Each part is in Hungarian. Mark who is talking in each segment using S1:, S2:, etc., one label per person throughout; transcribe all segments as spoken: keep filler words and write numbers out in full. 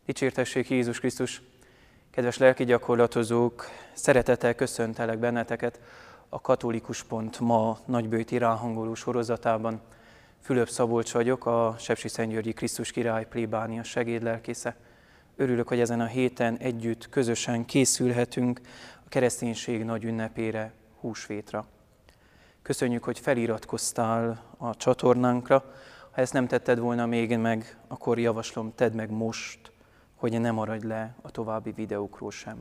S1: Dicsértessék Jézus Krisztus! Kedves lelki gyakorlatozók, szeretettel köszöntelek benneteket a Katolikus Pont ma nagybőti ráhangoló sorozatában. Fülöp Szabolcs vagyok, a Sepsiszentgyörgyi Krisztus Király plébánia segédlelkésze. Örülök, hogy ezen a héten együtt, közösen készülhetünk a kereszténység nagy ünnepére, húsvétra. Köszönjük, hogy feliratkoztál a csatornánkra. Ha ezt nem tetted volna még meg, akkor javaslom, tedd meg most, hogy ne maradj le a további videókról sem.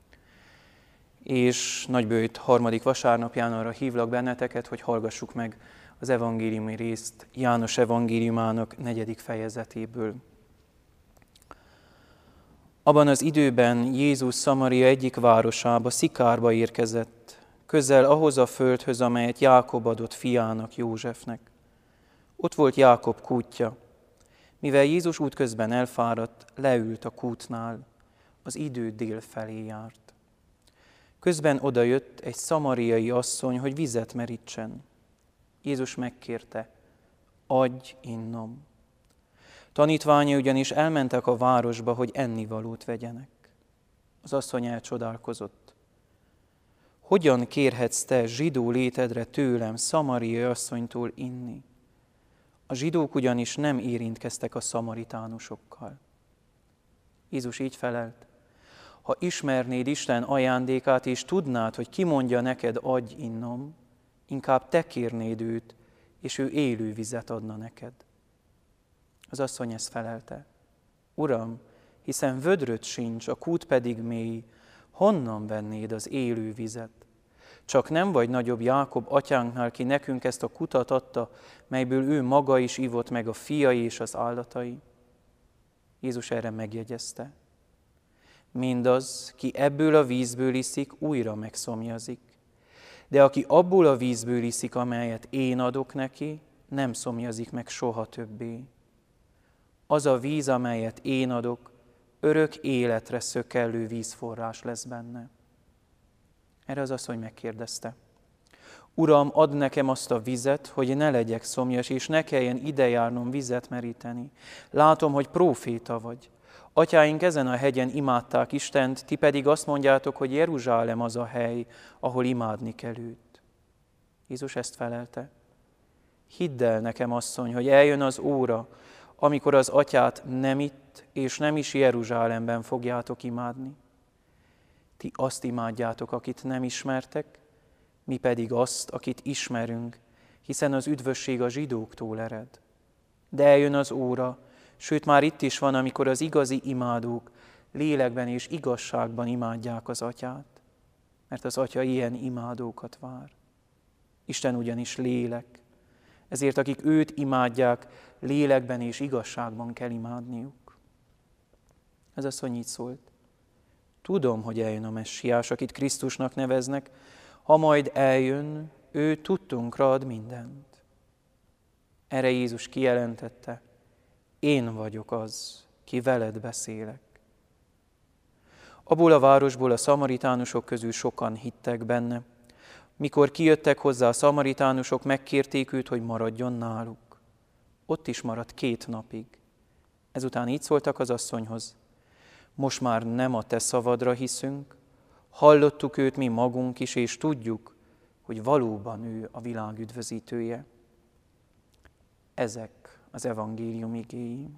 S1: És nagybőjt harmadik vasárnapján arra hívlak benneteket, hogy hallgassuk meg az evangéliumi részt János evangéliumának negyedik fejezetéből. Abban az időben Jézus Szamaria egyik városába, Szikárba érkezett, közel ahhoz a földhöz, amelyet Jákob adott fiának, Józsefnek. Ott volt Jákob kútja. Mivel Jézus útközben elfáradt, leült a kútnál, az idő dél felé járt. Közben odajött egy szamariai asszony, hogy vizet merítsen. Jézus megkérte, adj innom. Tanítványai ugyanis elmentek a városba, hogy ennivalót vegyenek. Az asszony elcsodálkozott. Hogyan kérhetsz te zsidó létedre tőlem, szamariai asszonytól inni? A zsidók ugyanis nem érintkeztek a szamaritánusokkal. Jézus így felelt, ha ismernéd Isten ajándékát, és tudnád, hogy ki mondja neked, adj innom, inkább te kérnéd őt, és ő élő vizet adna neked. Az asszony ezt felelte, Uram, hiszen vödröd sincs, a kút pedig mély, honnan vennéd az élő vizet? Csak nem vagy nagyobb Jákob atyánknál, ki nekünk ezt a kutat adta, melyből ő maga is ivott, meg a fiai és az állatai? Jézus erre megjegyezte. Mindaz, ki ebből a vízből iszik, újra megszomjazik. De aki abból a vízből iszik, amelyet én adok neki, nem szomjazik meg soha többé. Az a víz, amelyet én adok, örök életre szökellő vízforrás lesz benne. Erre az asszony megkérdezte. Uram, add nekem azt a vizet, hogy ne legyek szomjas, és ne kelljen ide járnom vizet meríteni. Látom, hogy próféta vagy. Atyáink ezen a hegyen imádták Istent, ti pedig azt mondjátok, hogy Jeruzsálem az a hely, ahol imádni kell őt. Jézus ezt felelte. Hidd el nekem, asszony, hogy eljön az óra, amikor az atyát nem itt, és nem is Jeruzsálemben fogjátok imádni. Ti azt imádjátok, akit nem ismertek, mi pedig azt, akit ismerünk, hiszen az üdvösség a zsidóktól ered. De eljön az óra, sőt már itt is van, amikor az igazi imádók lélekben és igazságban imádják az atyát, mert az atya ilyen imádókat vár. Isten ugyanis lélek, ezért akik őt imádják, lélekben és igazságban kell imádniuk. Ez asszony így szólt. Tudom, hogy eljön a messiás, akit Krisztusnak neveznek, ha majd eljön, ő tudtunkra ad mindent. Erre Jézus kijelentette, én vagyok az, ki veled beszélek. Abból a városból a szamaritánusok közül sokan hittek benne. Mikor kijöttek hozzá a szamaritánusok, megkérték őt, hogy maradjon náluk. Ott is maradt két napig. Ezután így szóltak az asszonyhoz, most már nem a te szavadra hiszünk, hallottuk őt mi magunk is, és tudjuk, hogy valóban ő a világ üdvözítője. Ezek az evangélium igéi.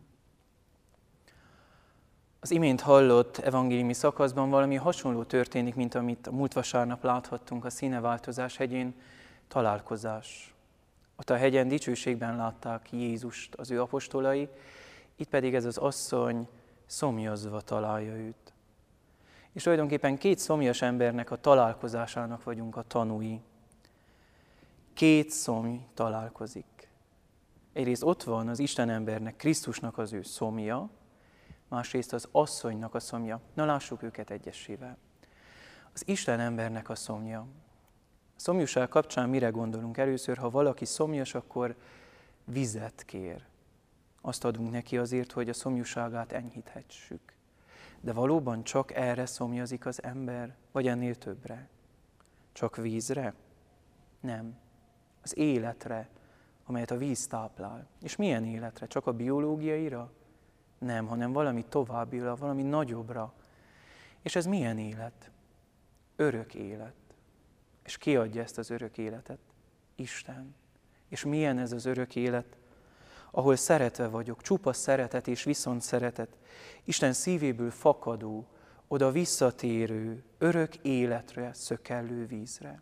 S1: Az imént hallott evangéliumi szakaszban valami hasonló történik, mint amit a múlt vasárnap láthattunk a Színeváltozás hegyén, találkozás. Ott a hegyen dicsőségben látták Jézust az ő apostolai, itt pedig ez az asszony szomjazva találja őt. És tulajdonképpen két szomjas embernek a találkozásának vagyunk a tanúi. Két szomj találkozik. Egyrészt ott van az Isten embernek, Krisztusnak az ő szomja, másrészt az asszonynak a szomja. Na lássuk őket egyesével. Az Isten embernek a szomja. A szomjúság kapcsán mire gondolunk? Először, ha valaki szomjas, akkor vizet kér. Azt adunk neki azért, hogy a szomjúságát enyhíthessük. De valóban csak erre szomjazik az ember, vagy ennél többre? Csak vízre? Nem. Az életre, amelyet a víz táplál. És milyen életre? Csak a biológiaira? Nem, hanem valami továbbira, valami nagyobbra. És ez milyen élet? Örök élet. És ki adja ezt az örök életet? Isten. És milyen ez az örök élet? Ahol szeretve vagyok, csupa szeretet és viszont szeretet, Isten szívéből fakadó, oda visszatérő, örök életre szökellő vízre.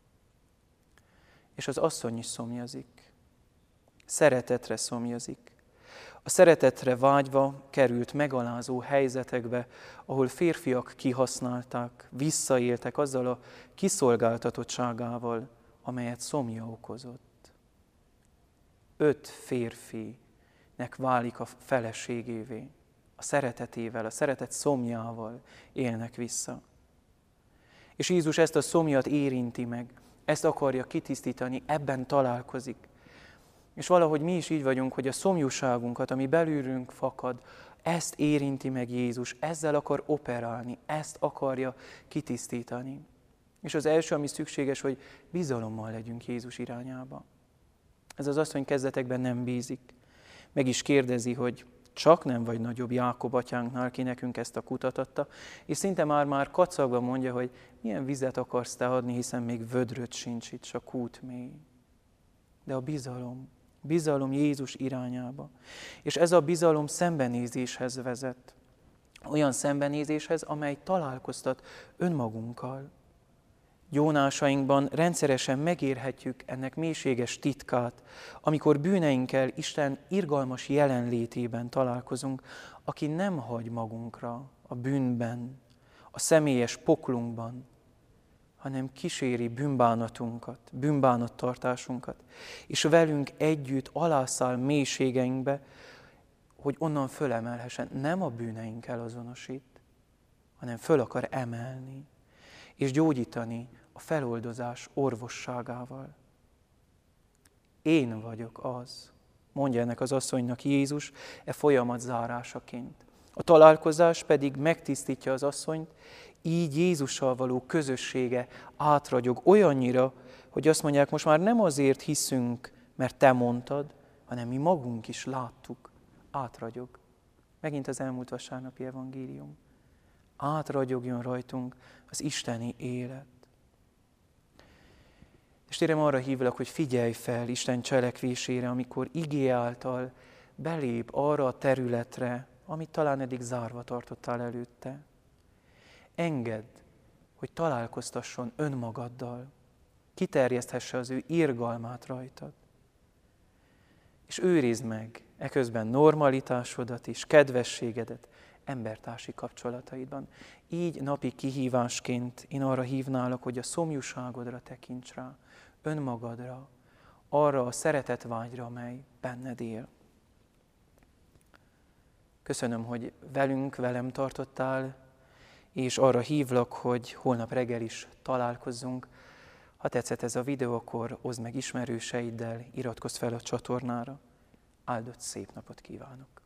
S1: És az asszony is szomjazik. Szeretetre szomjazik. A szeretetre vágyva került megalázó helyzetekbe, ahol férfiak kihasználták, visszaéltek azzal a kiszolgáltatottságával, amelyet szomja okozott. Öt férfinek válik a feleségévé, a szeretetével, a szeretet szomjával élnek vissza. És Jézus ezt a szomjat érinti meg, ezt akarja kitisztítani, ebben találkozik. És valahogy mi is így vagyunk, hogy a szomjúságunkat, ami belülünk fakad, ezt érinti meg Jézus, ezzel akar operálni, ezt akarja kitisztítani. És az első, ami szükséges, hogy bizalommal legyünk Jézus irányába. Ez az asszony kezdetekben nem bízik. Meg is kérdezi, hogy csak nem vagy nagyobb Jákob atyánknál, ki nekünk ezt a kutat adta, és szinte már-már kacagva mondja, hogy milyen vizet akarsz te adni, hiszen még vödröt sincs itt, csak kút mély. De a bizalom, bizalom Jézus irányába. És ez a bizalom szembenézéshez vezet. Olyan szembenézéshez, amely találkoztat önmagunkkal. Gyónásainkban rendszeresen megérhetjük ennek mélységes titkát, amikor bűneinkkel Isten irgalmas jelenlétében találkozunk, aki nem hagy magunkra a bűnben, a személyes poklunkban, hanem kíséri bűnbánatunkat, bűnbánattartásunkat, és velünk együtt alászáll mélységeinkbe, hogy onnan fölemelhessen. Nem a bűneinkkel azonosít, hanem föl akar emelni, és gyógyítani a feloldozás orvosságával. Én vagyok az, mondja ennek az asszonynak Jézus e folyamat zárásaként. A találkozás pedig megtisztítja az asszonyt, így Jézussal való közössége átragyog olyannyira, hogy azt mondják, most már nem azért hiszünk, mert te mondtad, hanem mi magunk is láttuk, átragyog. Megint az elmúlt vasárnapi evangélium. Átragyogjon rajtunk az isteni élet. És tényleg arra hívlak, hogy figyelj fel Isten cselekvésére, amikor igé által belép arra a területre, amit talán eddig zárva tartottál előtte. Engedd, hogy találkoztasson önmagaddal, kiterjeszthesse az ő irgalmát rajtad. És őrizd meg eközben normalitásodat és kedvességedet embertársi kapcsolataidban. Így napi kihívásként én arra hívnálak, hogy a szomjúságodra tekints rá, önmagadra, arra a szeretetvágyra, amely benned él. Köszönöm, hogy velünk, velem tartottál, és arra hívlak, hogy holnap reggel is találkozzunk. Ha tetszett ez a videó, akkor oszd meg ismerőseiddel, iratkozz fel a csatornára. Áldott szép napot kívánok!